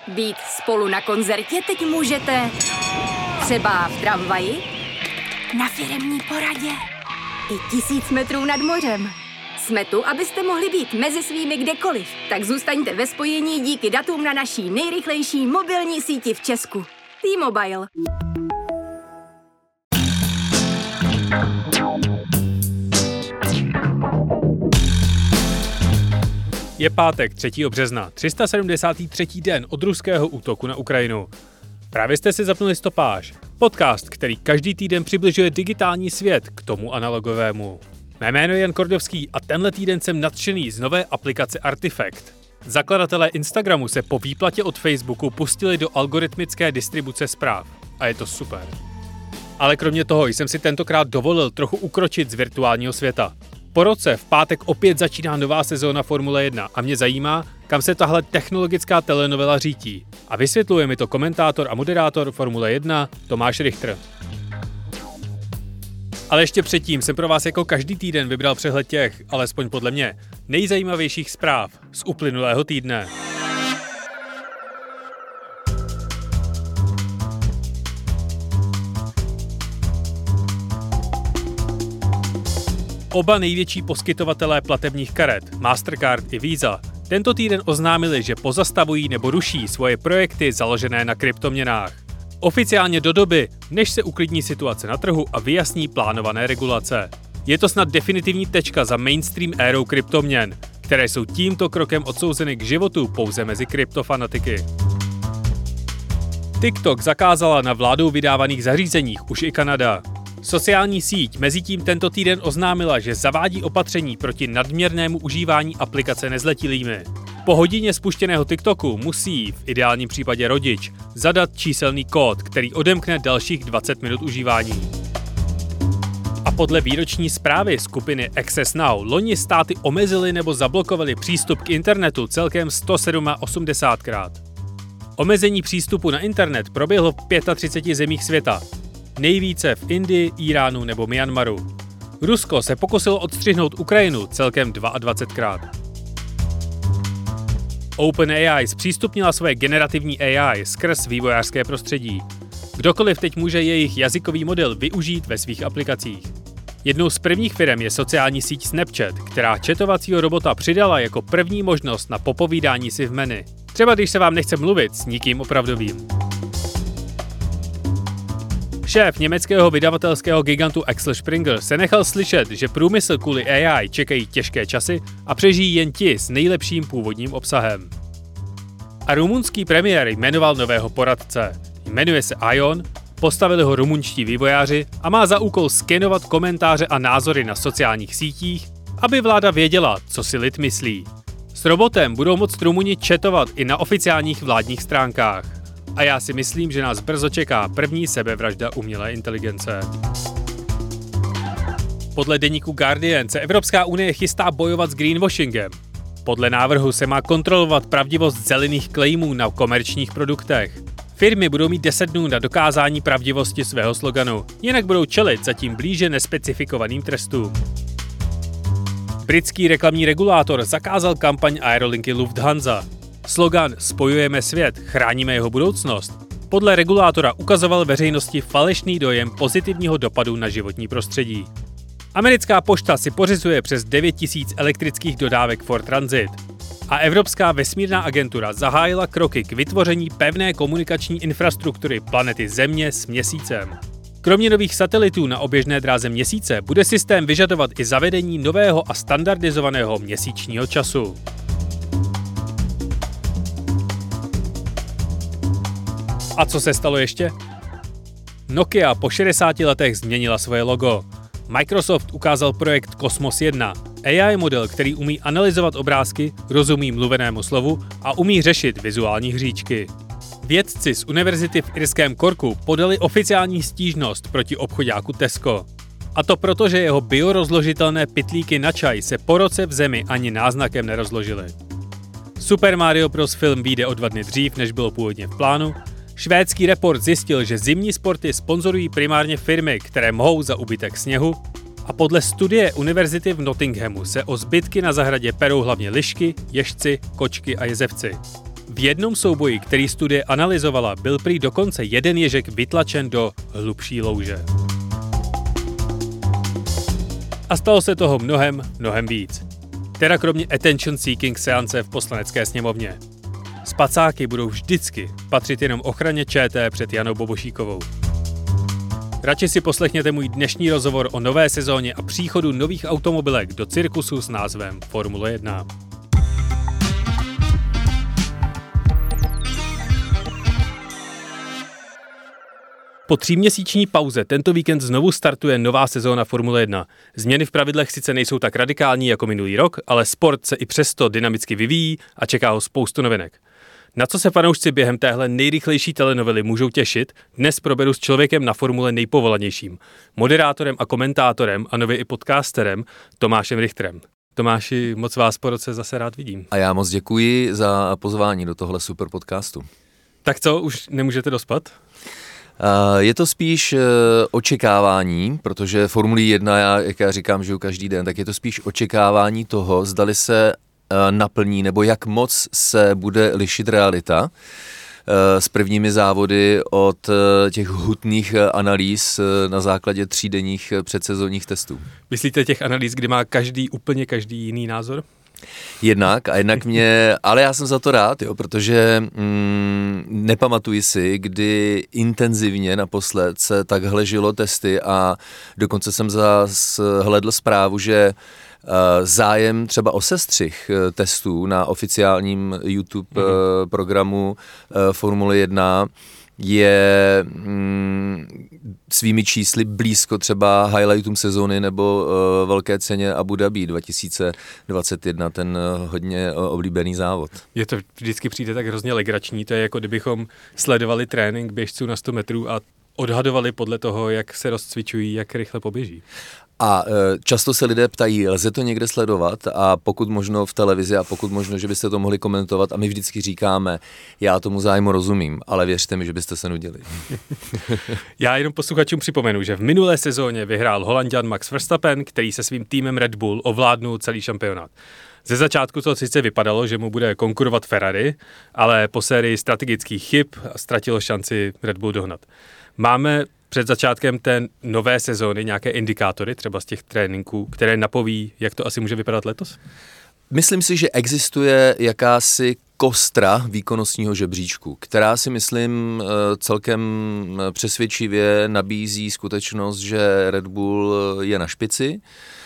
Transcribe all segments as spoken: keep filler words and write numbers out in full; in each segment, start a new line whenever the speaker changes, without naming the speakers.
Být spolu na koncertě teď můžete třeba v tramvaji, na firemní poradě i tisíc metrů nad mořem. Jsme tu, abyste mohli být mezi svými kdekoliv. Tak zůstaňte ve spojení díky datům na naší nejrychlejší mobilní síti v Česku. T-Mobile.
Je pátek třetího března, tři sta sedmdesátý třetí den od ruského útoku na Ukrajinu. Právě jste si zapnuli Stopáž, podcast, který každý týden přibližuje digitální svět k tomu analogovému. Mé jméno je Jan Kordovský a tenhle týden jsem nadšený z nové aplikace Artifact. Zakladatelé Instagramu se po výplatě od Facebooku pustili do algoritmické distribuce zpráv. A je to super. Ale kromě toho jsem si tentokrát dovolil trochu ukročit z virtuálního světa. Po roce v pátek opět začíná nová sezóna Formule jedna a mě zajímá, kam se tahle technologická telenovela řítí. A vysvětluje mi to komentátor a moderátor Formule jedna Tomáš Richter. Ale ještě předtím jsem pro vás jako každý týden vybral přehled těch, alespoň podle mě, nejzajímavějších zpráv z uplynulého týdne. Oba největší poskytovatelé platebních karet, Mastercard i Visa, tento týden oznámili, že pozastavují nebo ruší svoje projekty založené na kryptoměnách. Oficiálně do doby, než se uklidní situace na trhu a vyjasní plánované regulace. Je to snad definitivní tečka za mainstream érou kryptoměn, které jsou tímto krokem odsouzeny k životu pouze mezi kryptofanatiky. TikTok zakázala na vládou vydávaných zařízeních už i Kanada. Sociální síť mezitím tento týden oznámila, že zavádí opatření proti nadměrnému užívání aplikace nezletilými. Po hodině spuštěného TikToku musí, v ideálním případě rodič, zadat číselný kód, který odemkne dalších dvacet minut užívání. A podle výroční zprávy skupiny Access Now loni státy omezily nebo zablokovaly přístup k internetu celkem sto osmdesátkrát. Omezení přístupu na internet proběhlo v třiceti pěti zemích světa. Nejvíce v Indii, Iránu nebo Myanmaru. Rusko se pokusilo odstřihnout Ukrajinu celkem dvacetdvakrát. OpenAI zpřístupnila své generativní A I skrz vývojářské prostředí. Kdokoliv teď může jejich jazykový model využít ve svých aplikacích. Jednou z prvních firem je sociální síť Snapchat, která chatovacího robota přidala jako první možnost na popovídání si v menu. Třeba když se vám nechce mluvit s nikým opravdovým. Šéf německého vydavatelského gigantu Axel Springer se nechal slyšet, že průmysl kvůli A I čekají těžké časy a přežijí jen ti s nejlepším původním obsahem. A rumunský premiér jmenoval nového poradce. Jmenuje se Ion, postavili ho rumunští vývojáři a má za úkol skenovat komentáře a názory na sociálních sítích, aby vláda věděla, co si lid myslí. S robotem budou moct Rumuni chatovat i na oficiálních vládních stránkách. A já si myslím, že nás brzo čeká první sebevražda umělé inteligence. Podle deníku Guardian se Evropská unie chystá bojovat s greenwashingem. Podle návrhu se má kontrolovat pravdivost zelených claimů na komerčních produktech. Firmy budou mít deset dnů na dokázání pravdivosti svého sloganu, jinak budou čelit zatím blíže nespecifikovaným trestům. Britský reklamní regulátor zakázal kampaň aerolinky Lufthansa. Slogan "Spojujeme svět, chráníme jeho budoucnost" podle regulátora ukazoval veřejnosti falešný dojem pozitivního dopadu na životní prostředí. Americká pošta si pořizuje přes devět tisíc elektrických dodávek Ford Transit a Evropská vesmírná agentura zahájila kroky k vytvoření pevné komunikační infrastruktury planety Země s Měsícem. Kromě nových satelitů na oběžné dráze Měsíce bude systém vyžadovat i zavedení nového a standardizovaného měsíčního času. A co se stalo ještě? Nokia po šedesáti letech změnila svoje logo. Microsoft ukázal projekt Cosmos jedna, A I model, který umí analyzovat obrázky, rozumí mluvenému slovu a umí řešit vizuální hříčky. Vědci z univerzity v irském Corku podali oficiální stížnost proti obchoďáku Tesco. A to proto, že jeho biorozložitelné pytlíky na čaj se po roce v zemi ani náznakem nerozložily. Super Mario Bros. Film vyjde o dva dny dřív, než bylo původně v plánu. Švédský report zjistil, že zimní sporty sponzorují primárně firmy, které mohou za úbytek sněhu. A podle studie univerzity v Nottinghamu se o zbytky na zahradě perou hlavně lišky, ježci, kočky a jezevci. V jednom souboji, který studie analyzovala, byl prý dokonce jeden ježek vytlačen do hlubší louže. A stalo se toho mnohem, mnohem víc. Teda kromě attention-seeking seance v Poslanecké sněmovně. Spacáky budou vždycky patřit jenom ochraně ČT před Janou Bobošíkovou. Radši si poslechněte můj dnešní rozhovor o nové sezóně a příchodu nových automobilek do cirkusu s názvem Formule jedna. Po tříměsíční pauze tento víkend znovu startuje nová sezóna Formule jedna. Změny v pravidlech sice nejsou tak radikální jako minulý rok, ale sport se i přesto dynamicky vyvíjí a čeká ho spoustu novinek. Na co se fanoušci během téhle nejrychlejší telenovely můžou těšit, dnes proberu s člověkem na formule nejpovolanějším, moderátorem a komentátorem a nově i podcasterem Tomášem Richterem. Tomáši, moc vás po roce zase rád vidím.
A já moc děkuji za pozvání do tohle super podcastu.
Tak co, už nemůžete dospat?
Je to spíš očekávání, protože Formule jedna, já, jak já říkám, žiju každý den, tak je to spíš očekávání toho, zdali se naplní, nebo jak moc se bude lišit realita s prvními závody od těch hutných analýz na základě třídenních předsezonních testů.
Myslíte těch analýz, kdy má každý, úplně každý jiný názor?
Jednak a jednak mě, ale já jsem za to rád, jo, protože mm, nepamatuji si, kdy intenzivně naposled se takhle žilo testy a dokonce jsem zas hledl zprávu, že zájem třeba o sestřih testů na oficiálním YouTube mm-hmm. programu Formule jedna je mm, svými čísly blízko třeba highlightům sezóny nebo uh, velké ceně Abu Dhabi dva tisíce dvacet jedna, ten uh, hodně uh, oblíbený závod.
Je to vždycky přijde tak hrozně legrační, to je jako kdybychom sledovali trénink běžců na sto metrů a odhadovali podle toho, jak se rozcvičují, jak rychle poběží.
A často se lidé ptají, lze to někde sledovat a pokud možno v televizi a pokud možno, že byste to mohli komentovat a my vždycky říkáme, já tomu zájmu rozumím, ale věřte mi, že byste se nudili.
Já jenom posluchačům připomenu, že v minulé sezóně vyhrál Holanďan Max Verstappen, který se svým týmem Red Bull ovládnul celý šampionát. Ze začátku to sice vypadalo, že mu bude konkurovat Ferrari, ale po sérii strategických chyb ztratilo šanci Red Bull dohnat. Máme před začátkem té nové sezóny nějaké indikátory, třeba z těch tréninků, které napoví, jak to asi může vypadat letos?
Myslím si, že existuje jakási kostra výkonnostního žebříčku, která si myslím celkem přesvědčivě nabízí skutečnost, že Red Bull je na špici.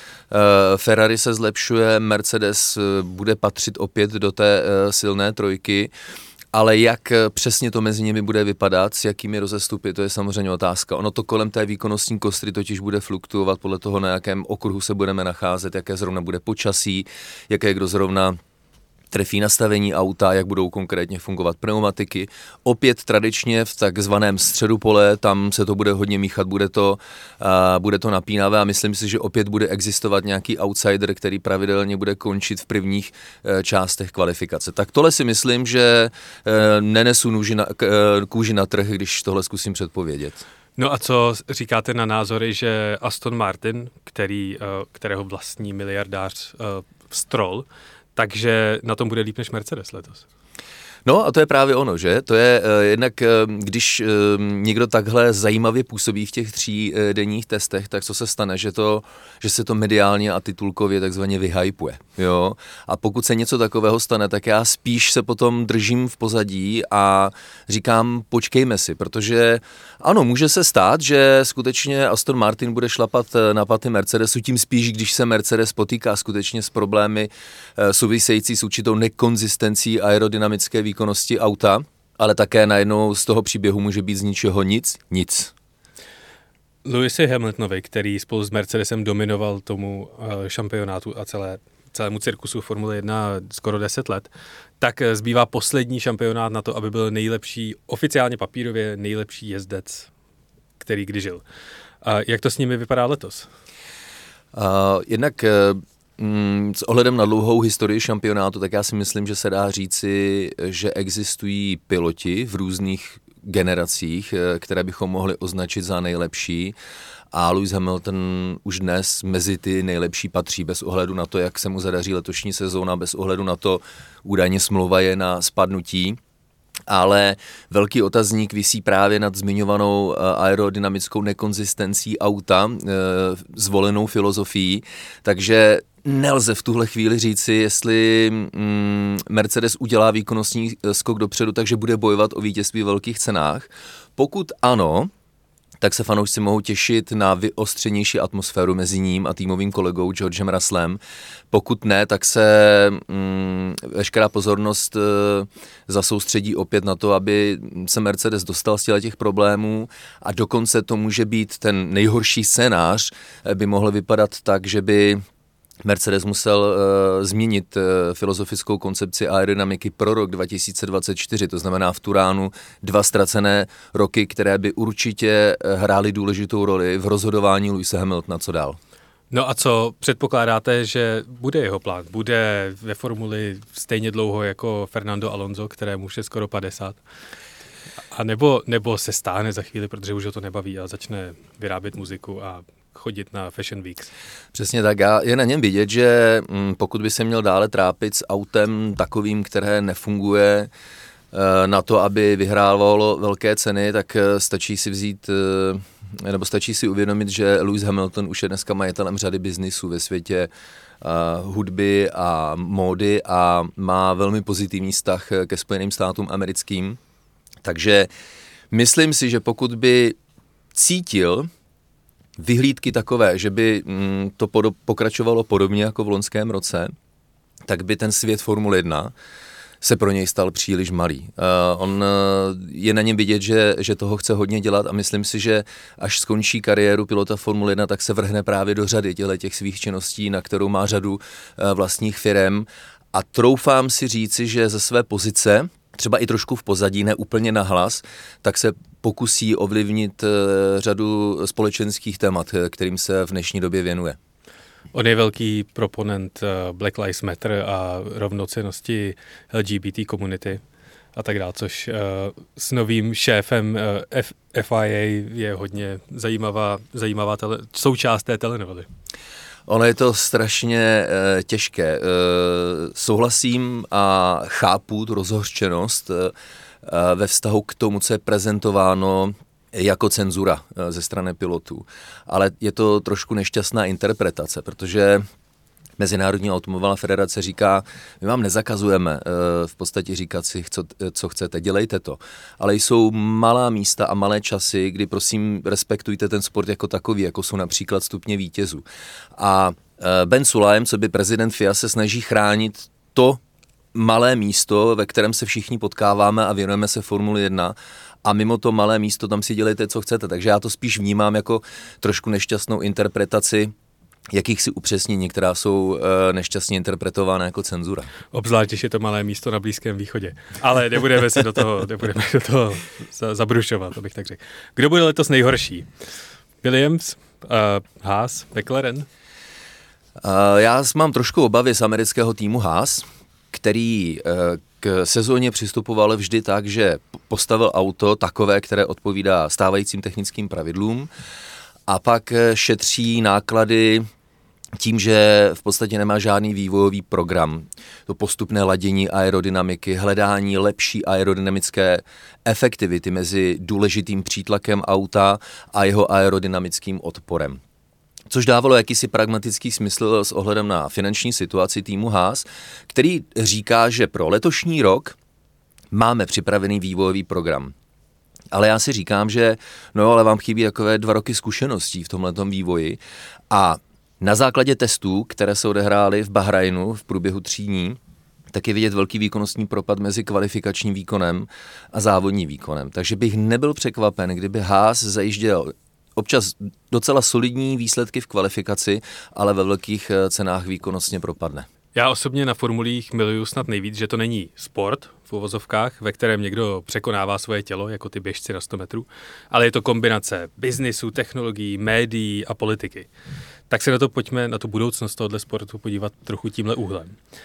Ferrari se zlepšuje, Mercedes bude patřit opět do té silné trojky. Ale jak přesně to mezi nimi bude vypadat, s jakými rozestupy, to je samozřejmě otázka. Ono to kolem té výkonnostní kostry totiž bude fluktuovat podle toho, na jakém okruhu se budeme nacházet, jaké zrovna bude počasí, jaké kdo zrovna trefí nastavení auta, jak budou konkrétně fungovat pneumatiky. Opět tradičně v takzvaném středu pole, tam se to bude hodně míchat, bude to, uh, bude to napínavé a myslím si, že opět bude existovat nějaký outsider, který pravidelně bude končit v prvních uh, částech kvalifikace. Tak tohle si myslím, že uh, nenesu nůži na, k, uh, kůži na trh, když tohle zkusím předpovědět.
No a co říkáte na názory, že Aston Martin, který, uh, kterého vlastní miliardář uh, Stroll, takže na tom bude líp než Mercedes letos?
No a to je právě ono, že? To je uh, jednak, uh, když uh, někdo takhle zajímavě působí v těch tří uh, denních testech, tak co se stane, že, to, že se to mediálně a titulkově takzvaně vyhypuje, jo? A pokud se něco takového stane, tak já spíš se potom držím v pozadí a říkám, počkejme si, protože ano, může se stát, že skutečně Aston Martin bude šlapat na paty Mercedesu, tím spíš, když se Mercedes potýká skutečně s problémy uh, související s určitou nekonzistencí aerodynamické výkonnosti auta, ale také najednou z toho příběhu může být z ničeho nic, nic.
Lewisi Hamiltonovi, který spolu s Mercedesem dominoval tomu šampionátu a celé, celému cirkusu Formule jedna skoro deset let, tak zbývá poslední šampionát na to, aby byl nejlepší, oficiálně papírově nejlepší jezdec, který kdy žil. A jak to s nimi vypadá letos?
Uh, jednak uh... S ohledem na dlouhou historii šampionátu, tak já si myslím, že se dá říci, že existují piloti v různých generacích, které bychom mohli označit za nejlepší. A Lewis Hamilton už dnes mezi ty nejlepší patří bez ohledu na to, jak se mu zadaří letošní sezóna, bez ohledu na to, údajně smlouva je na spadnutí. Ale velký otazník visí právě nad zmiňovanou aerodynamickou nekonzistencí auta, zvolenou filozofií, takže nelze v tuhle chvíli říci, jestli mm, Mercedes udělá výkonnostní skok dopředu, takže bude bojovat o vítězství v velkých cenách. Pokud ano, tak se fanoušci mohou těšit na vyostřenější atmosféru mezi ním a týmovým kolegou Georgem Russellem. Pokud ne, tak se mm, veškerá pozornost e, zasoustředí opět na to, aby se Mercedes dostal z těch problémů a dokonce to může být ten nejhorší scénář, by mohl vypadat tak, že by Mercedes musel uh, změnit uh, filozofickou koncepci aerodynamiky pro rok dva tisíce dvacet čtyři, to znamená v Turánu dva ztracené roky, které by určitě hrály důležitou roli v rozhodování Lewise Hamiltona, co dál.
No a co předpokládáte, že bude jeho plán? Bude ve formuli stejně dlouho jako Fernando Alonso, kterému už je skoro padesát? A nebo, nebo se stáhne za chvíli, protože už ho to nebaví a začne vyrábět muziku a chodit na Fashion Weeks.
Přesně tak. Já je na něm vidět, že pokud by se měl dále trápit s autem takovým, které nefunguje na to, aby vyhrávalo velké ceny, tak stačí si vzít, nebo stačí si uvědomit, že Lewis Hamilton už je dneska majitelem řady biznisů ve světě hudby a módy a má velmi pozitivní vztah ke Spojeným státům americkým. Takže myslím si, že pokud by cítil vyhlídky takové, že by to podo- pokračovalo podobně jako v loňském roce, tak by ten svět Formule jedna se pro něj stal příliš malý. Uh, on uh, je na něm vidět, že, že toho chce hodně dělat a myslím si, že až skončí kariéru pilota Formule jedna, tak se vrhne právě do řady těch svých činností, na kterou má řadu uh, vlastních firem a troufám si říci, že ze své pozice, třeba i trošku v pozadí, ne úplně nahlas, tak se pokusí ovlivnit řadu společenských témat, kterým se v dnešní době věnuje.
On je velký proponent Black Lives Matter a rovnocennosti L G B T komunity a tak dále, což s novým šéfem F- F I A je hodně zajímavá, zajímavá tele, součást té telenovely.
Ono je to strašně e, těžké. E, souhlasím a chápu tu rozhořčenost e, ve vztahu k tomu, co je prezentováno jako cenzura e, ze strany pilotů. Ale je to trošku nešťastná interpretace, protože Mezinárodní automobilová federace říká, my vám nezakazujeme e, v podstatě říkat si, co, co chcete, dělejte to. Ale jsou malá místa a malé časy, kdy prosím respektujte ten sport jako takový, jako jsou například stupně vítězů. A e, Ben Sulayem, co by prezident F I A, se snaží chránit to malé místo, ve kterém se všichni potkáváme a věnujeme se Formuli jedna, a mimo to malé místo tam si dělejte, co chcete. Takže já to spíš vnímám jako trošku nešťastnou interpretaci jakýchsi upřesnění, která jsou e, nešťastně interpretována jako cenzura.
Obzvlášť, když je to malé místo na Blízkém východě. Ale nebudeme se do toho, nebudeme do toho zabrušovat, abych tak řekl. Kdo bude letos nejhorší? Williams, uh, Haas, McLaren?
Uh, já mám trošku obavy z amerického týmu Haas, který uh, k sezóně přistupoval vždy tak, že postavil auto takové, které odpovídá stávajícím technickým pravidlům a pak šetří náklady tím, že v podstatě nemá žádný vývojový program. To postupné ladění aerodynamiky, hledání lepší aerodynamické efektivity mezi důležitým přítlakem auta a jeho aerodynamickým odporem. Což dávalo jakýsi pragmatický smysl s ohledem na finanční situaci týmu Haas, který říká, že pro letošní rok máme připravený vývojový program. Ale já si říkám, že no ale vám chybí takové dva roky zkušeností v tomhletom vývoji a na základě testů, které se odehrály v Bahrajnu v průběhu tří dní, tak je vidět velký výkonnostní propad mezi kvalifikačním výkonem a závodním výkonem. Takže bych nebyl překvapen, kdyby Haas zajížděl občas docela solidní výsledky v kvalifikaci, ale ve velkých cenách výkonnostně propadne.
Já osobně na formulích miluju snad nejvíc, že to není sport v uvozovkách, ve kterém někdo překonává svoje tělo, jako ty běžci na sto metrů, ale je to kombinace biznisu, technologií, médií a politiky. Tak se na to pojďme, na tu budoucnost tohoto sportu podívat trochu tímhle úhlem.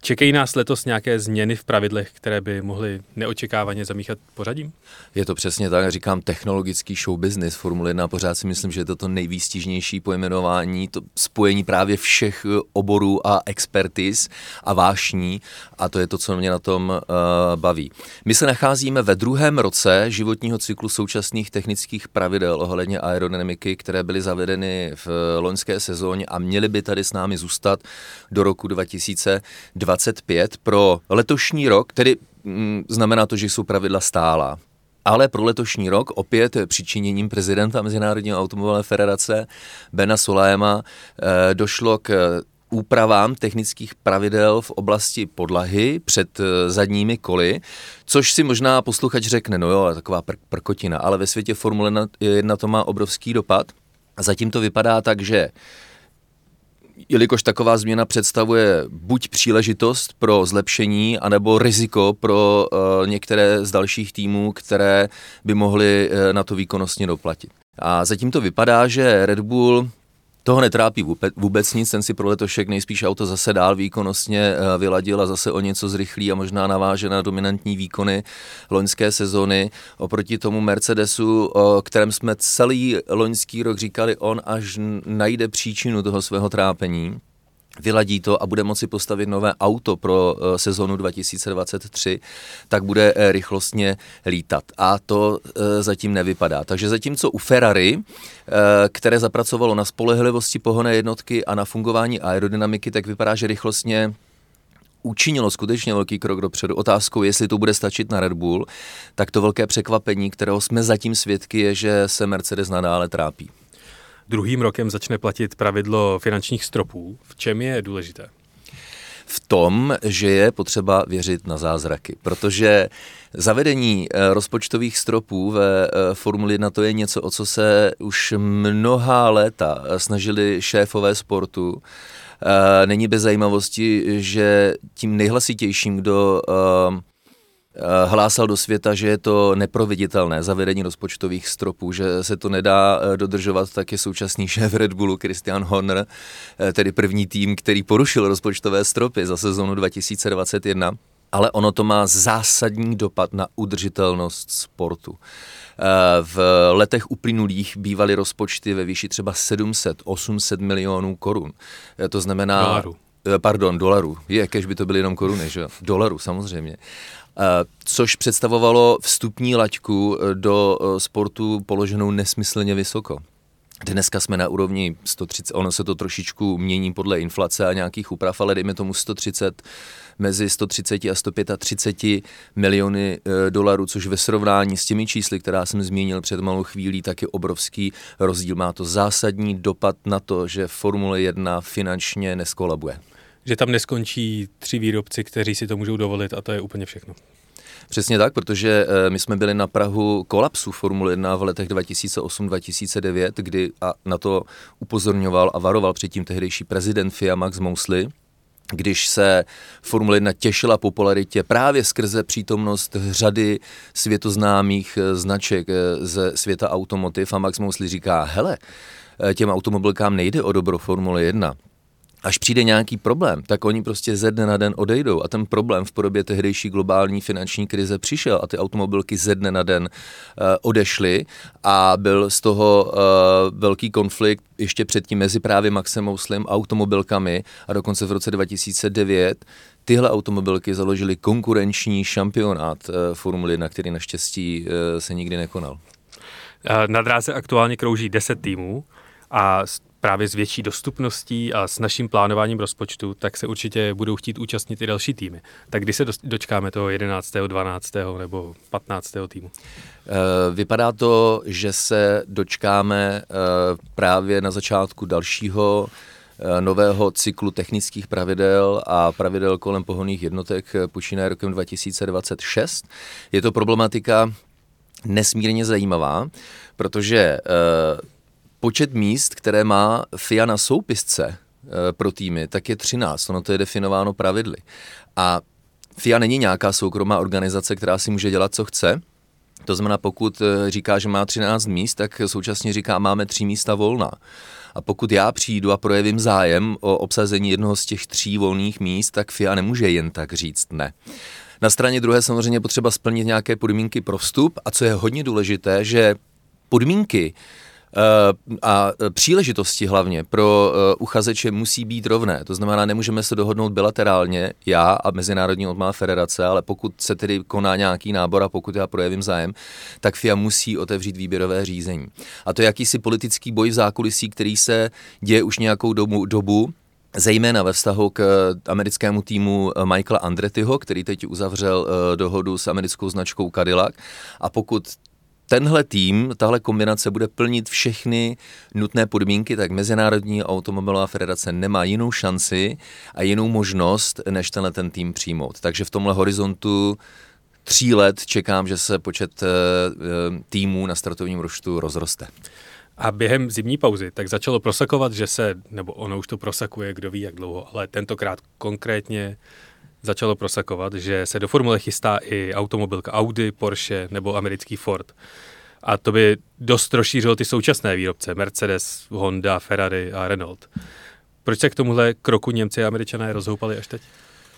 Čekají nás letos nějaké změny v pravidlech, které by mohly neočekávaně zamíchat pořadím?
Je to přesně tak, říkám technologický show business Formule jedna, pořád si myslím, že je to to nejvýstižnější pojmenování, to spojení právě všech oborů a expertiz a vášní a to je to, co mě na tom uh, baví. My se nacházíme ve druhém roce životního cyklu současných technických pravidel ohledně aerodynamiky, které byly zavedeny v loňské sezóně a měly by tady s námi zůstat do roku dva tisíce dvacet pět. Pro letošní rok, tedy mm, znamená to, že jsou pravidla stálá. Ale pro letošní rok opět přičiněním prezidenta Mezinárodní automobilové federace Bena Sulayema eh, došlo k úpravám technických pravidel v oblasti podlahy před zadními koly, což si možná posluchač řekne, no jo, taková pr- prkotina, ale ve světě Formule jedna to má obrovský dopad. A zatím to vypadá tak, že jelikož taková změna představuje buď příležitost pro zlepšení, anebo riziko pro uh, některé z dalších týmů, které by mohly uh, na to výkonnostně doplatit. A zatím to vypadá, že Red Bull toho netrápí vůbec, vůbec nic, ten si pro letošek nejspíš auto zase dál výkonnostně vyladil a zase o něco zrychlí a možná naváže na dominantní výkony loňské sezony. Oproti tomu Mercedesu, o kterém jsme celý loňský rok říkali, on až najde příčinu toho svého trápení, vyladí to a bude moci postavit nové auto pro sezonu dva tisíce dvacet tři, tak bude rychlostně lítat. A to zatím nevypadá. Takže zatímco u Ferrari, které zapracovalo na spolehlivosti pohonné jednotky a na fungování aerodynamiky, tak vypadá, že rychlostně učinilo skutečně velký krok dopředu. Otázkou, jestli to bude stačit na Red Bull, tak to velké překvapení, kterého jsme zatím svědky, je, že se Mercedes nadále trápí.
Druhým rokem začne platit pravidlo finančních stropů. V čem je důležité?
V tom, že je potřeba věřit na zázraky, protože zavedení rozpočtových stropů ve Formuli jedna to je něco, o co se už mnoha léta snažili šéfové sportu. Není bez zajímavosti, že tím nejhlasitějším, kdo hlásal do světa, že je to neproveditelné zavedení rozpočtových stropů, že se to nedá dodržovat, tak je současný šéf Red Bullu Christian Horner, tedy první tým, který porušil rozpočtové stropy za sezonu dva tisíce dvacet jedna. Ale ono to má zásadní dopad na udržitelnost sportu. V letech uplynulých bývaly rozpočty ve výši třeba sedm set osm set milionů korun. To znamená...
Dolarů.
Pardon, dolarů. Je, kež by to byly jenom koruny, že? Dolarů, samozřejmě. Což představovalo vstupní laťku do sportu položenou nesmyslně vysoko. Dneska jsme na úrovni sto třicet, ono se to trošičku mění podle inflace a nějakých úprav, ale dejme tomu sto třicet, mezi sto třicet a sto třicet pět miliony dolarů, což ve srovnání s těmi čísly, která jsem zmínil před malou chvílí, tak je obrovský rozdíl. Má to zásadní dopad na to, že Formule jedna finančně neskolabuje.
Že tam neskončí tři výrobci, kteří si to můžou dovolit a to je úplně všechno.
Přesně tak, protože my jsme byli na prahu kolapsu Formule jedna v letech dva tisíce osm dva tisíce devět, kdy a na to upozorňoval a varoval předtím tehdejší prezident F I A Max Mosley, když se Formule jedna těšila popularitě právě skrze přítomnost řady světoznámých značek ze světa automotiv a Max Mosley říká, hele, těm automobilkám nejde o dobro Formule jedna. Až přijde nějaký problém, tak oni prostě ze dne na den odejdou a ten problém v podobě tehdejší globální finanční krize přišel a ty automobilky ze dne na den uh, odešly a byl z toho uh, velký konflikt ještě předtím mezi právě Maxem Mouslem a automobilkami a dokonce v roce dva tisíce devět tyhle automobilky založily konkurenční šampionát uh, Formule jedna, který naštěstí uh, se nikdy nekonal.
Na dráze aktuálně krouží deset týmů a právě s větší dostupností a s naším plánováním rozpočtu, tak se určitě budou chtít účastnit i další týmy. Tak kdy se dočkáme toho jedenáctého, dvanáctého nebo patnáctého týmu?
Vypadá to, že se dočkáme právě na začátku dalšího nového cyklu technických pravidel a pravidel kolem pohonných jednotek počínaje rokem dva tisíce dvacet šest. Je to problematika nesmírně zajímavá, protože počet míst, které má F I A na soupisce e, pro týmy, tak je třináct, ono to je definováno pravidly. A F I A není nějaká soukromá organizace, která si může dělat, co chce. To znamená, pokud říká, že má třináct míst, tak současně říká, máme tři místa volná. A pokud já přijdu a projevím zájem o obsazení jednoho z těch tří volných míst, tak F I A nemůže jen tak říct ne. Na straně druhé samozřejmě potřeba splnit nějaké podmínky pro vstup a co je hodně důležité, že podmínky a příležitosti hlavně pro uchazeče musí být rovné. To znamená, nemůžeme se dohodnout bilaterálně, já a Mezinárodní odborová federace, ale pokud se tedy koná nějaký nábor a pokud já projevím zájem, tak F I A musí otevřít výběrové řízení. A to je jakýsi politický boj v zákulisí, který se děje už nějakou dobu, dobu zejména ve vztahu k americkému týmu Michaela Andrettiho, který teď uzavřel dohodu s americkou značkou Cadillac. A pokud tenhle tým, tahle kombinace bude plnit všechny nutné podmínky, tak Mezinárodní automobilová federace nemá jinou šanci a jinou možnost, než tenhle ten tým přijmout. Takže v tomhle horizontu tří let čekám, že se počet týmů na startovním roštu rozroste.
A během zimní pauzy tak začalo prosakovat, že se, nebo ono už to prosakuje, kdo ví jak dlouho, ale tentokrát konkrétně začalo prosakovat, že se do formule chystá i automobilka Audi, Porsche nebo americký Ford. A to by dost rozšířilo ty současné výrobce, Mercedes, Honda, Ferrari a Renault. Proč se k tomuhle kroku Němci a Američané rozhoupali až teď?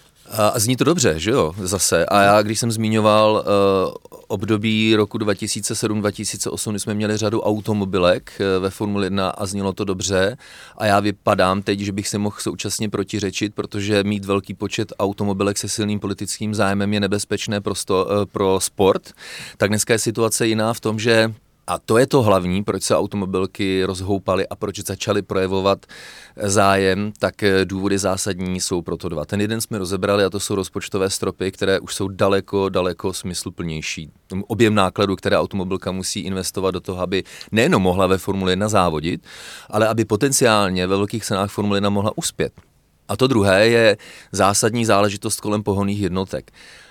A zní to dobře, že jo, zase. A já, když jsem zmiňoval uh, období roku dva tisíce sedm dva tisíce osm, kdy jsme měli řadu automobilek uh, ve Formuli jedna a znělo to dobře. A já vypadám teď, že bych si mohl současně protiřečit, protože mít velký počet automobilek se silným politickým zájmem je nebezpečné pro, sto, uh, pro sport. Tak dneska je situace jiná v tom, že a to je to hlavní, proč se automobilky rozhoupaly a proč začaly projevovat zájem, tak důvody zásadní jsou proto dva. Ten jeden jsme rozebrali a to jsou rozpočtové stropy, které už jsou daleko, daleko smysluplnější. Objem nákladů, které automobilka musí investovat do toho, aby nejenom mohla ve Formuli jedna závodit, ale aby potenciálně ve velkých cenách Formule jedna mohla uspět. A to druhé je zásadní záležitost kolem pohonných jednotek.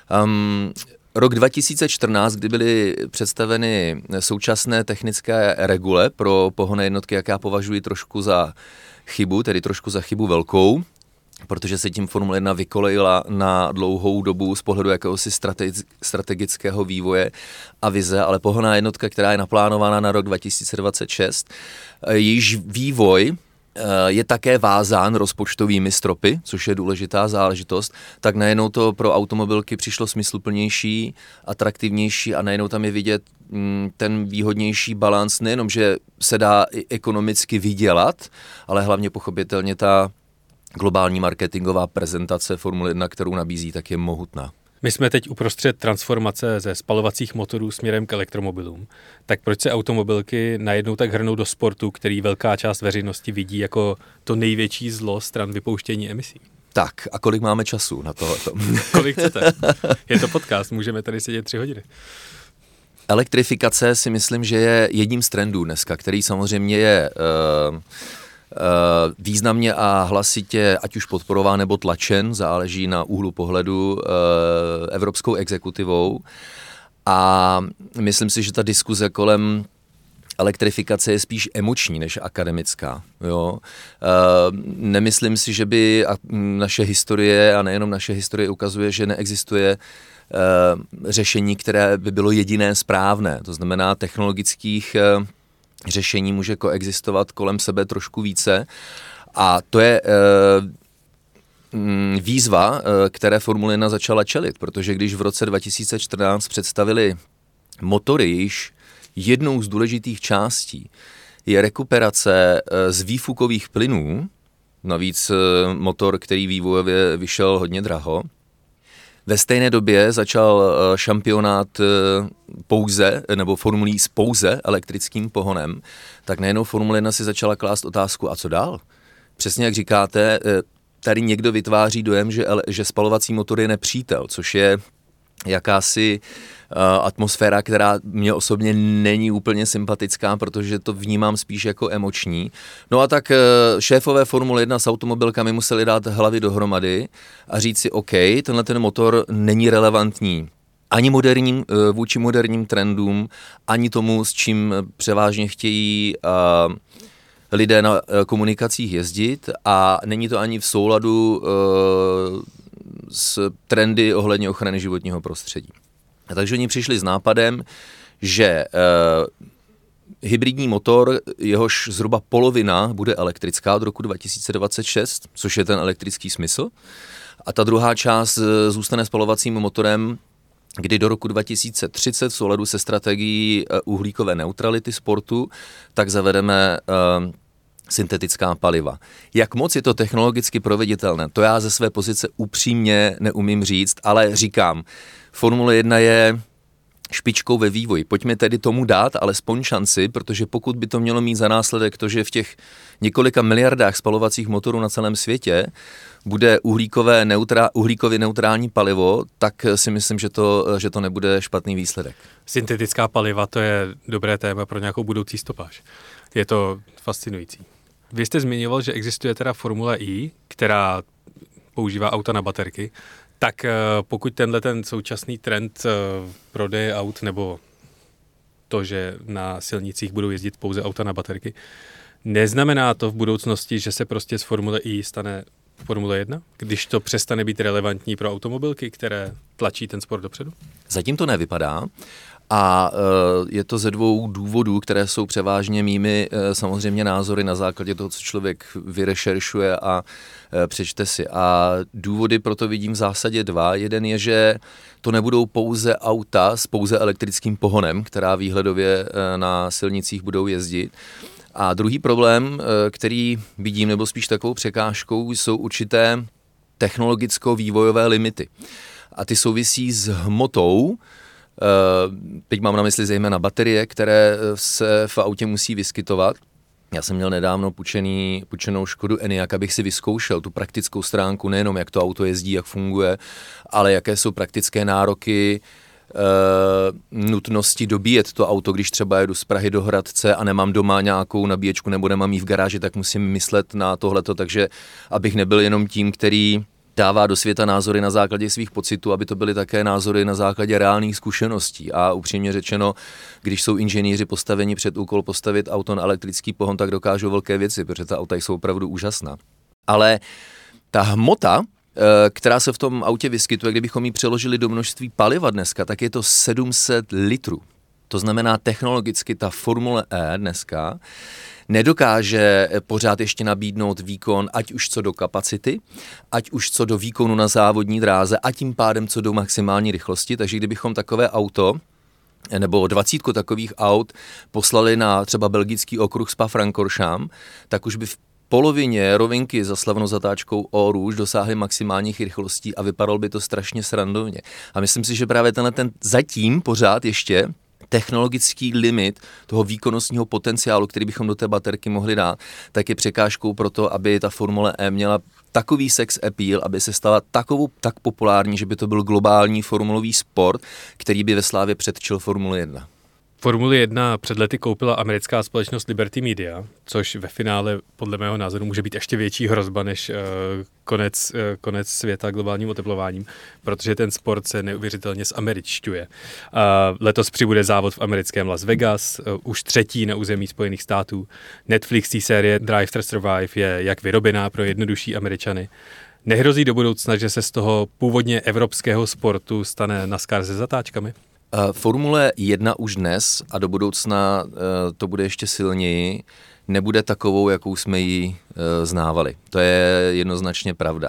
Um, Rok dva tisíce čtrnáct, kdy byly představeny současné technické regule pro pohonné jednotky, jak já považuji trošku za chybu, tedy trošku za chybu velkou, protože se tím Formule jedna vykolejila na dlouhou dobu z pohledu jakéhosi strategického vývoje a vize, ale pohonná jednotka, která je naplánována na rok dva tisíce dvacet šest, jejíž vývoj je také vázán rozpočtovými stropy, což je důležitá záležitost, tak najednou to pro automobilky přišlo smysluplnější, atraktivnější a najednou tam je vidět ten výhodnější balans, nejenom, že se dá i ekonomicky vydělat, ale hlavně pochopitelně ta globální marketingová prezentace Formule jedna, kterou nabízí, tak je mohutná.
My jsme teď uprostřed transformace ze spalovacích motorů směrem k elektromobilům. Tak proč se automobilky najednou tak hrnou do sportu, který velká část veřejnosti vidí jako to největší zlo stran vypouštění emisí?
Tak, a kolik máme času na tohleto?
Kolik chcete? Je to podcast, můžeme tady sedět tři hodiny.
Elektrifikace si myslím, že je jedním z trendů dneska, který samozřejmě je Uh, Uh, významně a hlasitě, ať už podporován nebo tlačen, záleží na úhlu pohledu uh, evropskou exekutivou. A myslím si, že ta diskuze kolem elektrifikace je spíš emoční než akademická. Jo? Uh, nemyslím si, že by naše historie, a nejenom naše historie, ukazuje, že neexistuje uh, řešení, které by bylo jediné správné. To znamená technologických uh, řešení může koexistovat kolem sebe trošku více a to je e, výzva, e, které Formule jedna začala čelit, protože když v roce dva tisíce čtrnáct představili motory, již jednou z důležitých částí je rekuperace e, z výfukových plynů, navíc e, motor, který vývojově vyšel hodně draho. Ve stejné době začal šampionát pouze, nebo formulí s pouze elektrickým pohonem, tak najednou Formule jedna si začala klást otázku, a co dál? Přesně jak říkáte, tady někdo vytváří dojem, že, že spalovací motor je nepřítel, což je jakási uh, atmosféra, která mě osobně není úplně sympatická, protože to vnímám spíš jako emoční. No a tak uh, šéfové Formule jedna s automobilkami museli dát hlavy dohromady a říct si, OK, tenhle ten motor není relevantní ani moderním, uh, vůči moderním trendům, ani tomu, s čím převážně chtějí uh, lidé na uh, komunikacích jezdit a není to ani v souladu uh, s trendy ohledně ochrany životního prostředí. A takže oni přišli s nápadem, že uh, hybridní motor, jehož zhruba polovina bude elektrická od roku dva tisíce dvacet šest, což je ten elektrický smysl, a ta druhá část zůstane spalovacím motorem, kdy do roku dva tisíce třicet v souladu se strategií uhlíkové neutrality sportu, tak zavedeme uh, syntetická paliva. Jak moc je to technologicky proveditelné, to já ze své pozice upřímně neumím říct, ale říkám, Formule jedna je špičkou ve vývoji. Pojďme tedy tomu dát alespoň šanci, protože pokud by to mělo mít za následek to, že v těch několika miliardách spalovacích motorů na celém světě bude uhlíkové neutrá, uhlíkově neutrální palivo, tak si myslím, že to, že to nebude špatný výsledek.
Syntetická paliva, to je dobré téma pro nějakou budoucí stopáž. Je to fascinující. Vy jste zmiňoval, že existuje teda Formule E, která používá auta na baterky. Tak pokud tenhle ten současný trend prodeje aut nebo to, že na silnicích budou jezdit pouze auta na baterky, neznamená to v budoucnosti, že se prostě z Formule E stane Formule jedna, když to přestane být relevantní pro automobilky, které tlačí ten sport dopředu?
Zatím to nevypadá. A je to ze dvou důvodů, které jsou převážně mými samozřejmě názory na základě toho, co člověk vyrešeršuje a přečte si. A důvody proto vidím v zásadě dva. Jeden je, že to nebudou pouze auta s pouze elektrickým pohonem, která výhledově na silnicích budou jezdit. A druhý problém, který vidím, nebo spíš takovou překážkou, jsou určité technologicko-vývojové limity. A ty souvisí s hmotou. Teď mám na mysli zejména baterie, které se v autě musí vyskytovat. Já jsem měl nedávno půjčený, půjčenou Škodu Enyaq, abych si vyzkoušel tu praktickou stránku, nejenom jak to auto jezdí, jak funguje, ale jaké jsou praktické nároky, e, nutnosti dobíjet to auto, když třeba jedu z Prahy do Hradce a nemám doma nějakou nabíječku nebo nemám jí v garáži, tak musím myslet na tohleto, takže abych nebyl jenom tím, který dává do světa názory na základě svých pocitů, aby to byly také názory na základě reálných zkušeností. A upřímně řečeno, když jsou inženýři postaveni před úkol postavit auto na elektrický pohon, tak dokážou velké věci, protože ta auta jsou opravdu úžasná. Ale ta hmota, která se v tom autě vyskytuje, kdybychom ji přeložili do množství paliva dneska, tak je to sedm set litrů. To znamená, technologicky ta Formule E dneska nedokáže pořád ještě nabídnout výkon, ať už co do kapacity, ať už co do výkonu na závodní dráze a tím pádem co do maximální rychlosti. Takže kdybychom takové auto nebo dvacítku takových aut poslali na třeba belgický okruh Spa-Francorchamps, tak už by v polovině rovinky za slavnou zatáčkou Eau Rouge dosáhly maximálních rychlostí a vypadalo by to strašně srandovně. A myslím si, že právě tenhle ten zatím pořád ještě technologický limit toho výkonnostního potenciálu, který bychom do té baterky mohli dát, tak je překážkou pro to, aby ta Formule E měla takový sex appeal, aby se stala takovou tak populární, že by to byl globální formulový sport, který by ve slávě předčil Formule jedna.
Formuli jedna před lety koupila americká společnost Liberty Media, což ve finále podle mého názoru může být ještě větší hrozba než uh, konec, uh, konec světa globálním oteplováním, protože ten sport se neuvěřitelně zameričťuje. Uh, letos přibude závod v americkém Las Vegas, uh, už třetí na území Spojených států. Netflix té série Drive to Survive je jak vyrobená pro jednodušší Američany. Nehrozí do budoucna, že se z toho původně evropského sportu stane NASCAR se zatáčkami?
Formule jedna už dnes a do budoucna to bude ještě silněji, nebude takovou, jakou jsme ji znávali. To je jednoznačně pravda.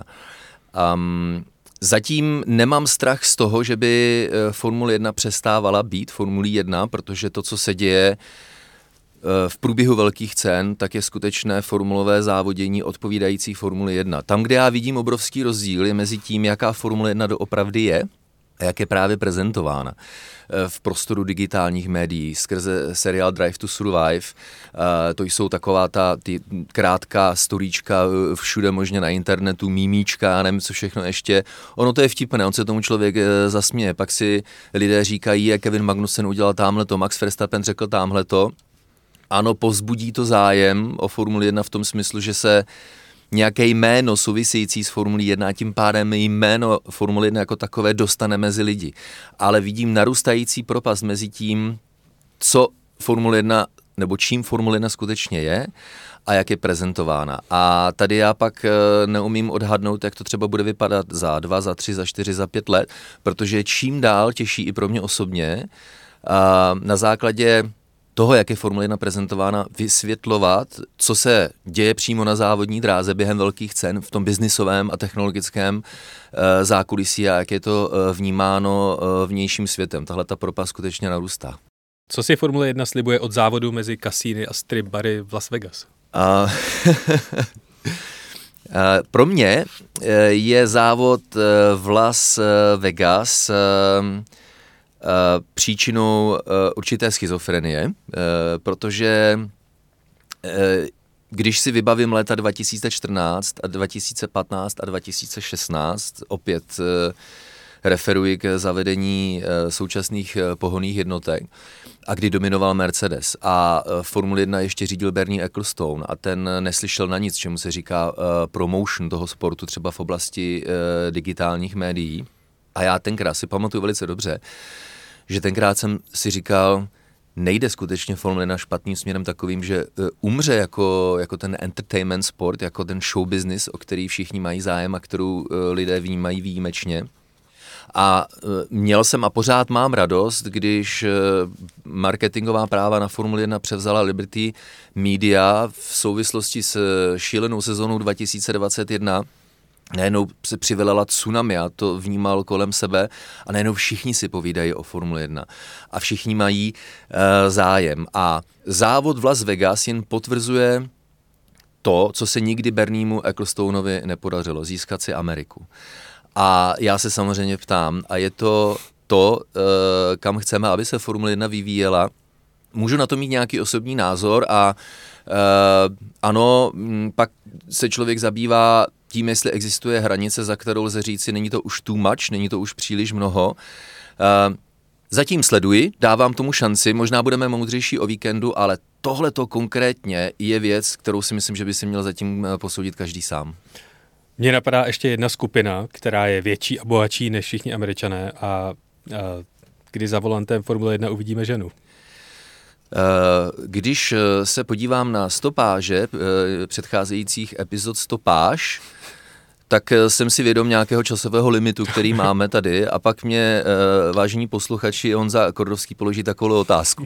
Um, zatím nemám strach z toho, že by Formule jedna přestávala být Formulí jedna, protože to, co se děje v průběhu velkých cen, tak je skutečné formulové závodění odpovídající Formuli jedna. Tam, kde já vidím obrovský rozdíl, je mezi tím, jaká Formule jedna doopravdy je, a jak je právě prezentována v prostoru digitálních médií skrze seriál Drive to Survive. To jsou taková ta ty krátká storíčka všude možně na internetu, mimíčka, nevím co všechno ještě. Ono to je vtipné, on se tomu člověk zasměje. Pak si lidé říkají, jak Kevin Magnussen udělal támhleto, Max Verstappen řekl támhleto. Ano, povzbudí to zájem o Formuli jedna v tom smyslu, že se nějaké jméno související s Formulí jedna a tím pádem jméno Formule jedna jako takové dostane mezi lidi. Ale vidím narůstající propast mezi tím, co Formule jedna nebo čím Formule jedna skutečně je a jak je prezentována. A tady já pak neumím odhadnout, jak to třeba bude vypadat za dva, za tři, za čtyři, za pět let, protože čím dál těžší i pro mě osobně a na základě toho, jak je Formule jedna prezentována, vysvětlovat, co se děje přímo na závodní dráze během velkých cen v tom biznisovém a technologickém e, zákulisí a jak je to e, vnímáno e, vnějším světem. Tahle ta propast skutečně narůstá.
Co si Formule jedna slibuje od závodu mezi kasíny a strip bary v Las Vegas?
A, pro mě je závod v Las Vegas příčinou určité schizofrenie, protože když si vybavím léta dva tisíce čtrnáct a dva tisíce patnáct a dva tisíce šestnáct, opět referuji k zavedení současných pohonných jednotek, a kdy dominoval Mercedes a Formule jedna ještě řídil Bernie Ecclestone a ten neslyšel na nic, čemu se říká uh, promotion toho sportu třeba v oblasti uh, digitálních médií. A já tenkrát si pamatuju velice dobře, že tenkrát jsem si říkal, nejde skutečně Formule jedna špatným směrem takovým, že uh, umře jako, jako ten entertainment sport, jako ten show business, o který všichni mají zájem a kterou uh, lidé vnímají výjimečně. A měl jsem a pořád mám radost, když marketingová práva na Formule jedna převzala Liberty Media v souvislosti s šílenou sezónou dva tisíce dvacet jedna. Najednou se přivelela tsunami, já to vnímal kolem sebe a najednou všichni si povídají o Formule jedna a všichni mají uh, zájem. A závod v Las Vegas jen potvrzuje to, co se nikdy Berniemu Ecclestoneovi nepodařilo, získat si Ameriku. A já se samozřejmě ptám, a je to to, kam chceme, aby se Formule jedna vyvíjela. Můžu na to mít nějaký osobní názor a ano, pak se člověk zabývá tím, jestli existuje hranice, za kterou lze říci, není to už too much, není to už příliš mnoho. Zatím sleduji, dávám tomu šanci, možná budeme moudřejší o víkendu, ale tohleto konkrétně je věc, kterou si myslím, že by si měl zatím posoudit každý sám.
Mně napadá ještě jedna skupina, která je větší a bohatší než všichni Američané a, a kdy za volantem Formule jedna uvidíme ženu.
Když se podívám na stopáže předcházejících epizod Stopáž, tak jsem si vědom nějakého časového limitu, který máme tady a pak mě, vážení posluchači, Honza Kordovský položí takovou otázku.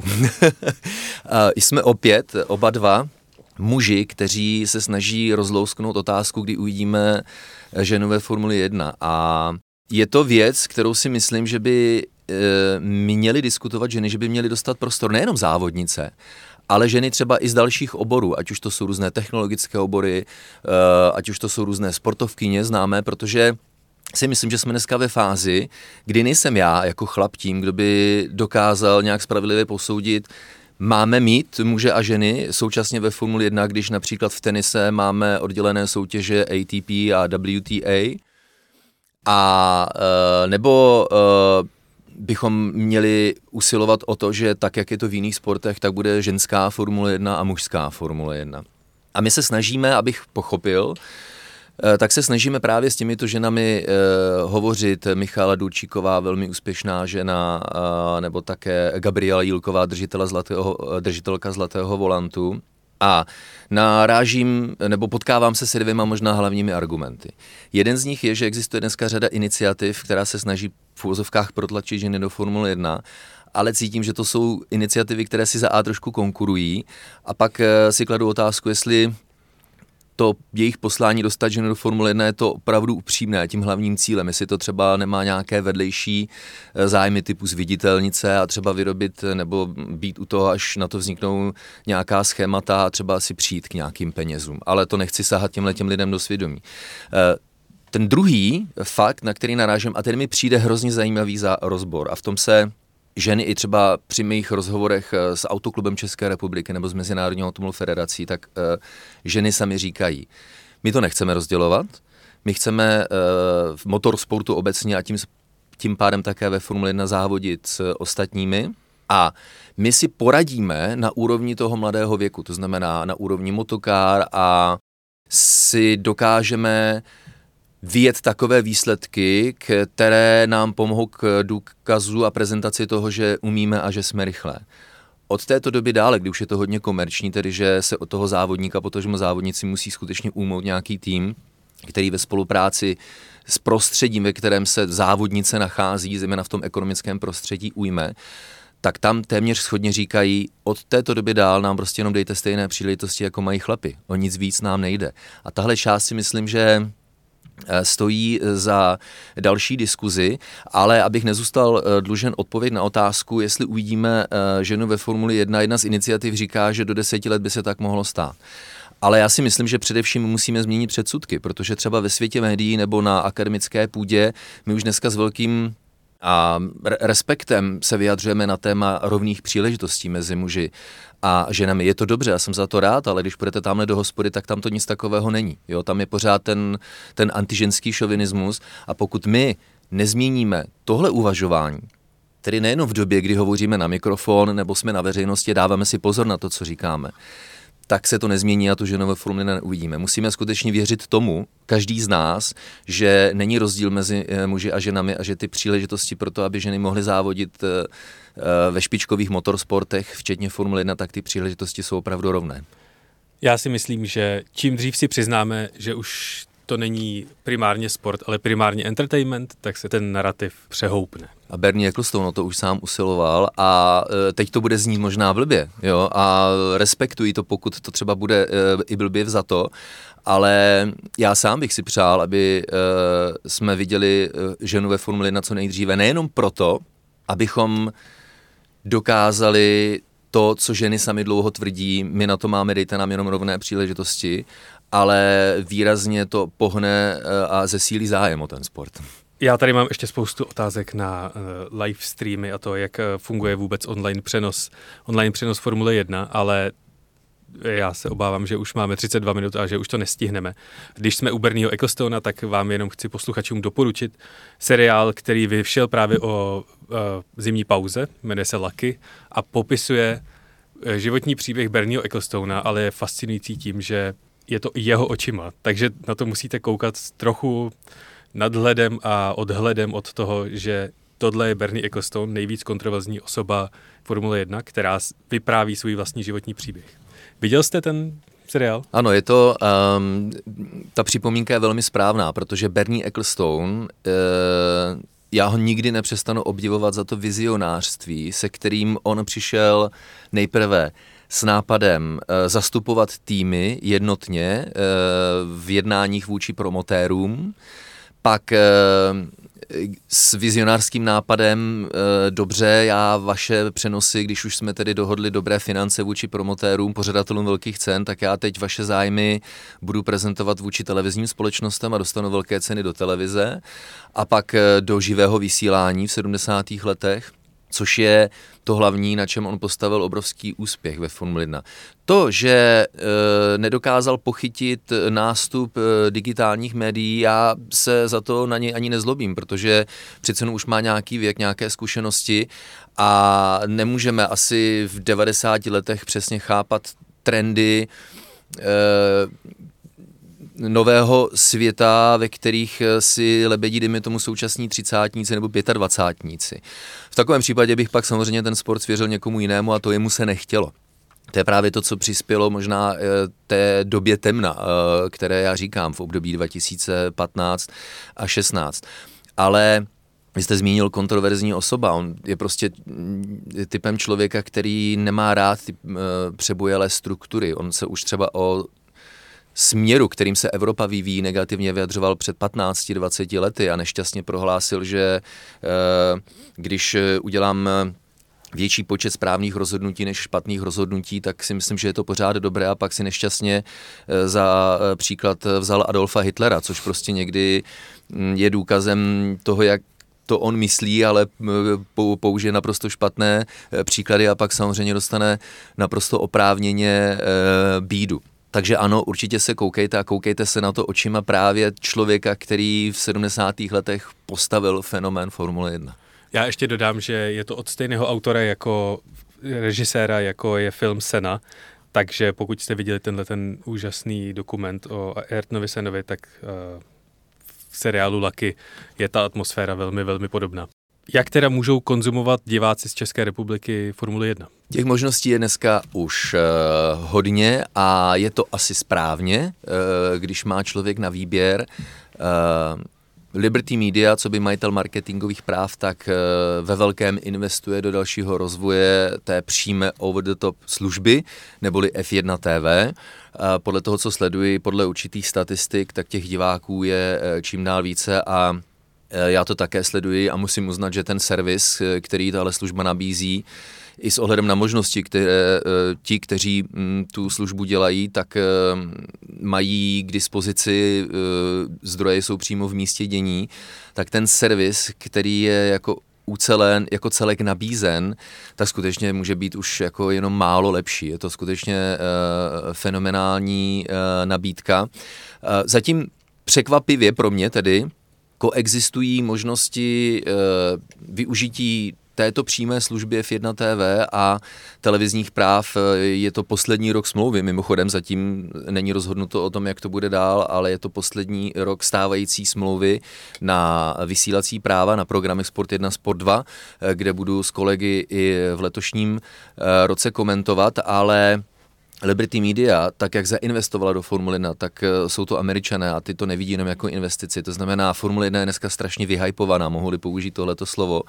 Jsme opět oba dva muži, kteří se snaží rozlousknout otázku, kdy uvidíme ženu ve Formuli jedna. A je to věc, kterou si myslím, že by e, měli diskutovat ženy, že by měly dostat prostor nejenom závodnice, ale ženy třeba i z dalších oborů, ať už to jsou různé technologické obory, e, ať už to jsou různé sportovkyně známé, protože si myslím, že jsme dneska ve fázi, kdy nejsem já jako chlap tím, kdo by dokázal nějak spravedlivě posoudit. Máme mít muže a ženy současně ve Formuli jedna, když například v tenise máme oddělené soutěže A T P a W T A, a nebo bychom měli usilovat o to, že tak, jak je to v jiných sportech, tak bude ženská Formule jedna a mužská Formule jedna. A my se snažíme, abych pochopil, tak se snažíme právě s těmito ženami eh, hovořit. Michála Durčíková, velmi úspěšná žena, eh, nebo také Gabriela Jílková, držitela zlatého, držitelka zlatého volantu. A narážím, nebo potkávám se se dvěma možná hlavními argumenty. Jeden z nich je, že existuje dneska řada iniciativ, která se snaží v uvozovkách protlačit ženy do Formule jedna, ale cítím, že to jsou iniciativy, které si za A trošku konkurují. A pak eh, si kladu otázku, jestli to jejich poslání dostat ženu do Formule jedna je to opravdu upřímné tím hlavním cílem, jestli to třeba nemá nějaké vedlejší zájmy typu zviditelnice a třeba vyrobit nebo být u toho, až na to vzniknou nějaká schémata a třeba si přijít k nějakým penězům. Ale to nechci sahat těmhletěm lidem do svědomí. Ten druhý fakt, na který narážím, a ten mi přijde hrozně zajímavý za rozbor a v tom se ženy i třeba při mých rozhovorech s Autoklubem České republiky nebo s Mezinárodní automobilovou federací, tak uh, ženy sami říkají, my to nechceme rozdělovat, my chceme uh, v motorsportu obecně a tím, tím pádem také ve Formule jedna závodit s ostatními a my si poradíme na úrovni toho mladého věku, to znamená na úrovni motokár a si dokážeme vyjet takové výsledky, které nám pomohou k důkazu a prezentaci toho, že umíme a že jsme rychlé. Od této doby dále, kdy už je to hodně komerční, tedy že se od toho závodníka, protože závodníci musí skutečně ujmout nějaký tým, který ve spolupráci s prostředím, ve kterém se závodnice nachází, zejména v tom ekonomickém prostředí, ujme, tak tam téměř shodně říkají, od této doby dál nám prostě jenom dejte stejné příležitosti, jako mají chlapi. O nic víc nám nejde. A tahle část si myslím, že stojí za další diskuzi, ale abych nezůstal dlužen odpověď na otázku, jestli uvidíme ženu ve Formuli jedna, jedna z iniciativ říká, že do deseti let by se tak mohlo stát. Ale já si myslím, že především musíme změnit předsudky, protože třeba ve světě médií nebo na akademické půdě my už dneska s velkým a respektem se vyjadřujeme na téma rovných příležitostí mezi muži a ženami. Je to dobře, já jsem za to rád, ale když půjdete tamhle do hospody, tak tam to nic takového není. Jo, tam je pořád ten, ten antiženský šovinismus a pokud my nezměníme tohle uvažování, tedy nejenom v době, kdy hovoříme na mikrofon nebo jsme na veřejnosti, dáváme si pozor na to, co říkáme, tak se to nezmění a tu ženové Formuli neuvidíme. Musíme skutečně věřit tomu, každý z nás, že není rozdíl mezi muži a ženami a že ty příležitosti pro to, aby ženy mohly závodit ve špičkových motorsportech, včetně Formule jedna, tak ty příležitosti jsou opravdu rovné.
Já si myslím, že čím dřív si přiznáme, že už to není primárně sport, ale primárně entertainment, tak se ten narrativ přehoupne.
A Bernie Ecclestone to už sám usiloval a teď to bude znít možná blbě, jo, a respektuji to, pokud to třeba bude i blbě vzato, ale já sám bych si přál, aby jsme viděli ženu ve Formuli jedna co nejdříve, nejenom proto, abychom dokázali to, co ženy sami dlouho tvrdí, my na to máme, dejte nám jenom rovné příležitosti, ale výrazně to pohne a zesílí zájem o ten sport.
Já tady mám ještě spoustu otázek na uh, live streamy a to, jak uh, funguje vůbec online přenos, online přenos Formule jedna, ale já se obávám, že už máme třicet dva minut a že už to nestihneme. Když jsme u Bernieho Ecclestona, tak vám jenom chci posluchačům doporučit seriál, který vyšel právě o uh, zimní pauze, jmenuje se Lucky a popisuje uh, životní příběh Bernieho Ecclestona, ale je fascinující tím, že je to i jeho očima, takže na to musíte koukat trochu nadhledem a odhledem od toho, že tohle je Bernie Ecclestone, nejvíc kontroverzní osoba Formule jedna, která vypráví svůj vlastní životní příběh. Viděl jste ten seriál?
Ano, je to, um, ta připomínka je velmi správná, protože Bernie Ecclestone, uh, já ho nikdy nepřestanu obdivovat za to vizionářství, se kterým on přišel nejprve s nápadem e, zastupovat týmy jednotně e, v jednáních vůči promotérům, pak e, s vizionářským nápadem e, dobře, já vaše přenosy, když už jsme tedy dohodli dobré finance vůči promotérům, pořadatelům velkých cen, tak já teď vaše zájmy budu prezentovat vůči televizním společnostem a dostanu velké ceny do televize a pak e, do živého vysílání v sedmdesátých letech, což je to hlavní, na čem on postavil obrovský úspěch ve Formule jedna. To, že e, nedokázal pochytit nástup e, digitálních médií, já se za to na něj ani nezlobím, protože přece už má nějaký věk, nějaké zkušenosti a nemůžeme asi v devadesáti letech přesně chápat trendy e, nového světa, ve kterých si lebedí, dejme tomu, současní třicátníci nebo pětadvacátníci. V takovém případě bych pak samozřejmě ten sport svěřil někomu jinému a to jemu se nechtělo. To je právě to, co přispělo možná té době temna, které já říkám v období dva tisíce patnáct a šestnáct. Ale vy jste zmínil kontroverzní osoba, on je prostě typem člověka, který nemá rád ty přebujelé struktury. On se už třeba o směru, kterým se Evropa vyvíjí, negativně vyjadřoval před patnácti dvaceti lety a nešťastně prohlásil, že když udělám větší počet správných rozhodnutí než špatných rozhodnutí, tak si myslím, že je to pořád dobré a pak si nešťastně za příklad vzal Adolfa Hitlera, což prostě někdy je důkazem toho, jak to on myslí, ale použije naprosto špatné příklady a pak samozřejmě dostane naprosto oprávněně bídu. Takže ano, určitě se koukejte a koukejte se na to očima právě člověka, který v sedmdesátých letech postavil fenomén Formule jedna.
Já ještě dodám, že je to od stejného autora jako režiséra, jako je film Senna, takže pokud jste viděli tenhle ten úžasný dokument o Ayrtonovi Sennovi, tak uh, v seriálu Lucky je ta atmosféra velmi, velmi podobná. Jak teda můžou konzumovat diváci z České republiky Formule jedna?
Těch možností je dneska už uh, hodně a je to asi správně, uh, když má člověk na výběr. Uh, Liberty Media, co by majitel marketingových práv, tak ve velkém investuje do dalšího rozvoje té přímé over-the-top služby, neboli F jedna T V. Podle toho, co sleduji, podle určitých statistik, tak těch diváků je čím dál více a já to také sleduji a musím uznat, že ten servis, který tahle služba nabízí, i s ohledem na možnosti, které ti, kteří tu službu dělají, tak mají k dispozici, zdroje jsou přímo v místě dění, tak ten servis, který je jako ucelen, jako celek nabízen, tak skutečně může být už jako jenom málo lepší. Je to skutečně fenomenální nabídka. Zatím překvapivě pro mě tedy koexistují možnosti využití této přímé službě F jedna T V a televizních práv. Je to poslední rok smlouvy, mimochodem zatím není rozhodnuto o tom, jak to bude dál, ale je to poslední rok stávající smlouvy na vysílací práva na programech Sport jedna, Sport dva, kde budu s kolegy i v letošním roce komentovat, ale Liberty Media, tak jak zainvestovala do Formule jedna, tak jsou to Američané a ty to nevidí jenom jako investici. To znamená, Formule jedna je dneska strašně vyhypovaná, mohli použít tohleto slovo.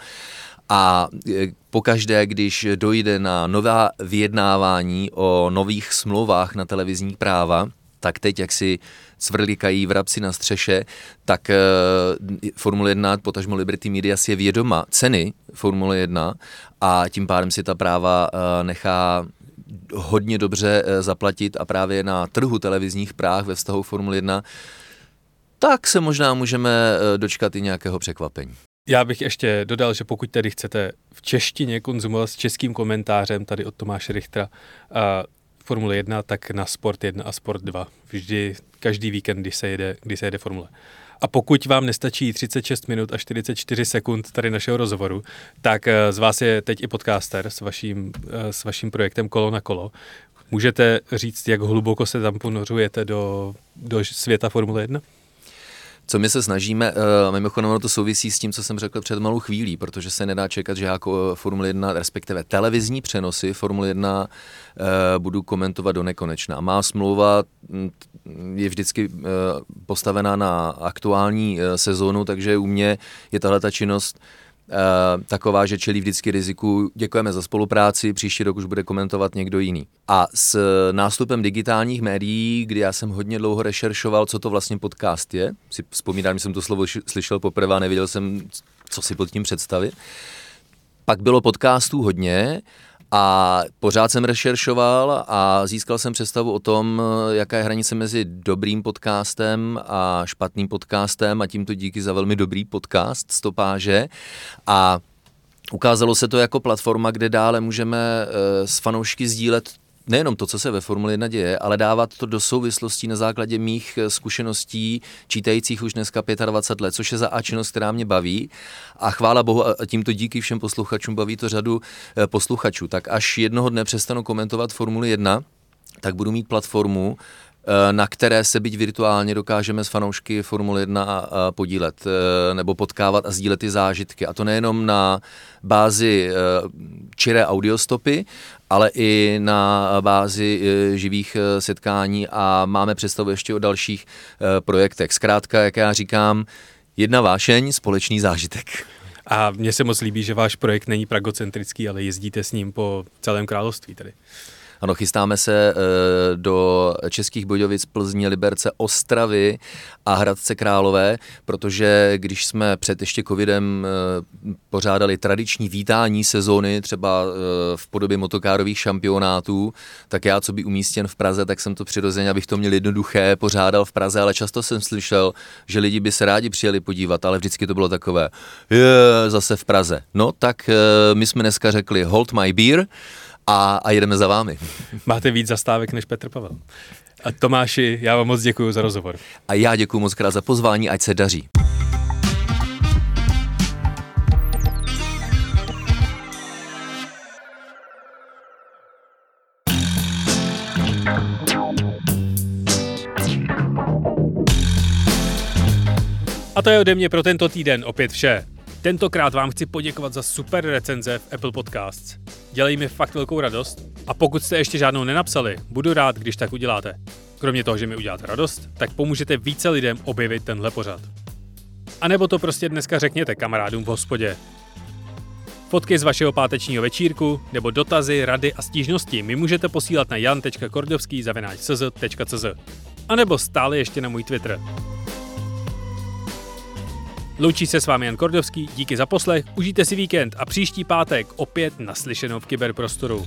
A pokaždé, když dojde na nová vyjednávání o nových smlouvách na televizní práva, tak teď, jak si cvrlikají vrabci na střeše, tak Formule jedna, potažmo Liberty Media si je vědoma ceny Formule jedna a tím pádem si ta práva nechá hodně dobře zaplatit a právě na trhu televizních práv ve vztahu Formule jedna, tak se možná můžeme dočkat i nějakého překvapení.
Já bych ještě dodal, že pokud tedy chcete v češtině konzumovat s českým komentářem tady od Tomáše Richtera a Formule jedna, tak na Sport jedna a Sport dva. Vždy, každý víkend, když se jede, když se jede Formule. A pokud vám nestačí třicet šest minut a čtyřicet čtyři sekund tady našeho rozhovoru, tak z vás je teď i podcaster s vaším, s vaším projektem Kolo na kolo. Můžete říct, jak hluboko se tam ponořujete do, do světa Formule jedna?
Co my se snažíme, uh, mimochodem ono to souvisí s tím, co jsem řekl před malou chvílí, protože se nedá čekat, že jako Formule jedna, respektive televizní přenosy Formule jedna uh, budu komentovat do nekonečna. Má smlouva je vždycky uh, postavená na aktuální uh, sezónu, takže u mě je tahleta činnost Uh, taková, že čelí vždycky riziku. Děkujeme za spolupráci, příští rok už bude komentovat někdo jiný. A s nástupem digitálních médií, kdy já jsem hodně dlouho rešeršoval, co to vlastně podcast je, si vzpomínám, že jsem to slovo slyšel poprvé a nevěděl jsem, co si pod tím představit. Pak bylo podcastů hodně a pořád jsem rešeršoval a získal jsem představu o tom, jaká je hranice mezi dobrým podcastem a špatným podcastem a tímto díky za velmi dobrý podcast Stopáže. A ukázalo se to jako platforma, kde dále můžeme s fanoušky sdílet nejenom to, co se ve Formule jedna děje, ale dávat to do souvislostí na základě mých zkušeností, čítajících už dneska dvacet pět let, což je za A činnost, která mě baví. A chvála bohu, a tímto díky všem posluchačům, baví to řadu posluchačů. Tak až jednoho dne přestanu komentovat Formuli jedna, tak budu mít platformu, na které se byť virtuálně dokážeme s fanoušky Formule jedna podílet nebo potkávat a sdílet ty zážitky. A to nejenom na bázi čiré audiostopy, ale i na bázi živých setkání a máme představu ještě o dalších projektech. Zkrátka, jak já říkám, jedna vášeň, společný zážitek.
A mně se moc líbí, že váš projekt není pragocentrický, ale jezdíte s ním po celém království tady.
Ano, chystáme se do Českých Budějovic, Plzně, Liberce, Ostravy a Hradce Králové, protože když jsme před ještě covidem pořádali tradiční vítání sezóny, třeba v podobě motokárových šampionátů, tak já, co by umístěn v Praze, tak jsem to přirozeně, abych to měl jednoduché, pořádal v Praze, ale často jsem slyšel, že lidi by se rádi přijeli podívat, ale vždycky to bylo takové, je, zase v Praze. No, tak my jsme dneska řekli hold my beer, A, a jedeme za vámi.
Máte víc zastávek než Petr Pavel. A Tomáši, já vám moc děkuji za rozhovor.
A já děkuji moc krát za pozvání, ať se daří.
A to je ode mě pro tento týden opět vše. Tentokrát vám chci poděkovat za super recenze v Apple Podcasts. Dělají mi fakt velkou radost a pokud jste ještě žádnou nenapsali, budu rád, když tak uděláte. Kromě toho, že mi uděláte radost, tak pomůžete více lidem objevit tenhle pořad. A nebo to prostě dneska řekněte kamarádům v hospodě. Fotky z vašeho pátečního večírku nebo dotazy, rady a stížnosti mi můžete posílat na jan tečka kordovský zavináč c z tečka c z a nebo stále ještě na můj Twitter. Loučí se s vámi Jan Kordovský, díky za poslech, užijte si víkend a příští pátek opět naslyšenou v kyberprostoru.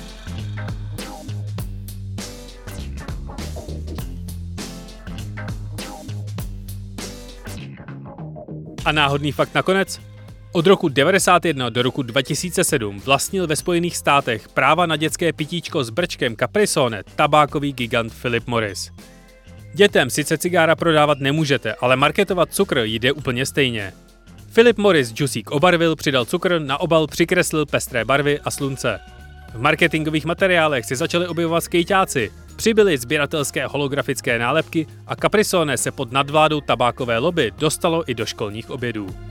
A náhodný fakt nakonec? Od roku devadesát jedna do roku dva tisíce sedm vlastnil ve Spojených státech práva na dětské pitíčko s brčkem Caprisonne tabákový gigant Philip Morris. Dětem sice cigára prodávat nemůžete, ale marketovat cukr jde úplně stejně. Philip Morris džusík obarvil, přidal cukr, na obal přikreslil pestré barvy a slunce. V marketingových materiálech si začali objevovat skejťáci, přibyly sběratelské holografické nálepky a Caprisonne se pod nadvládou tabákové lobby dostalo i do školních obědů.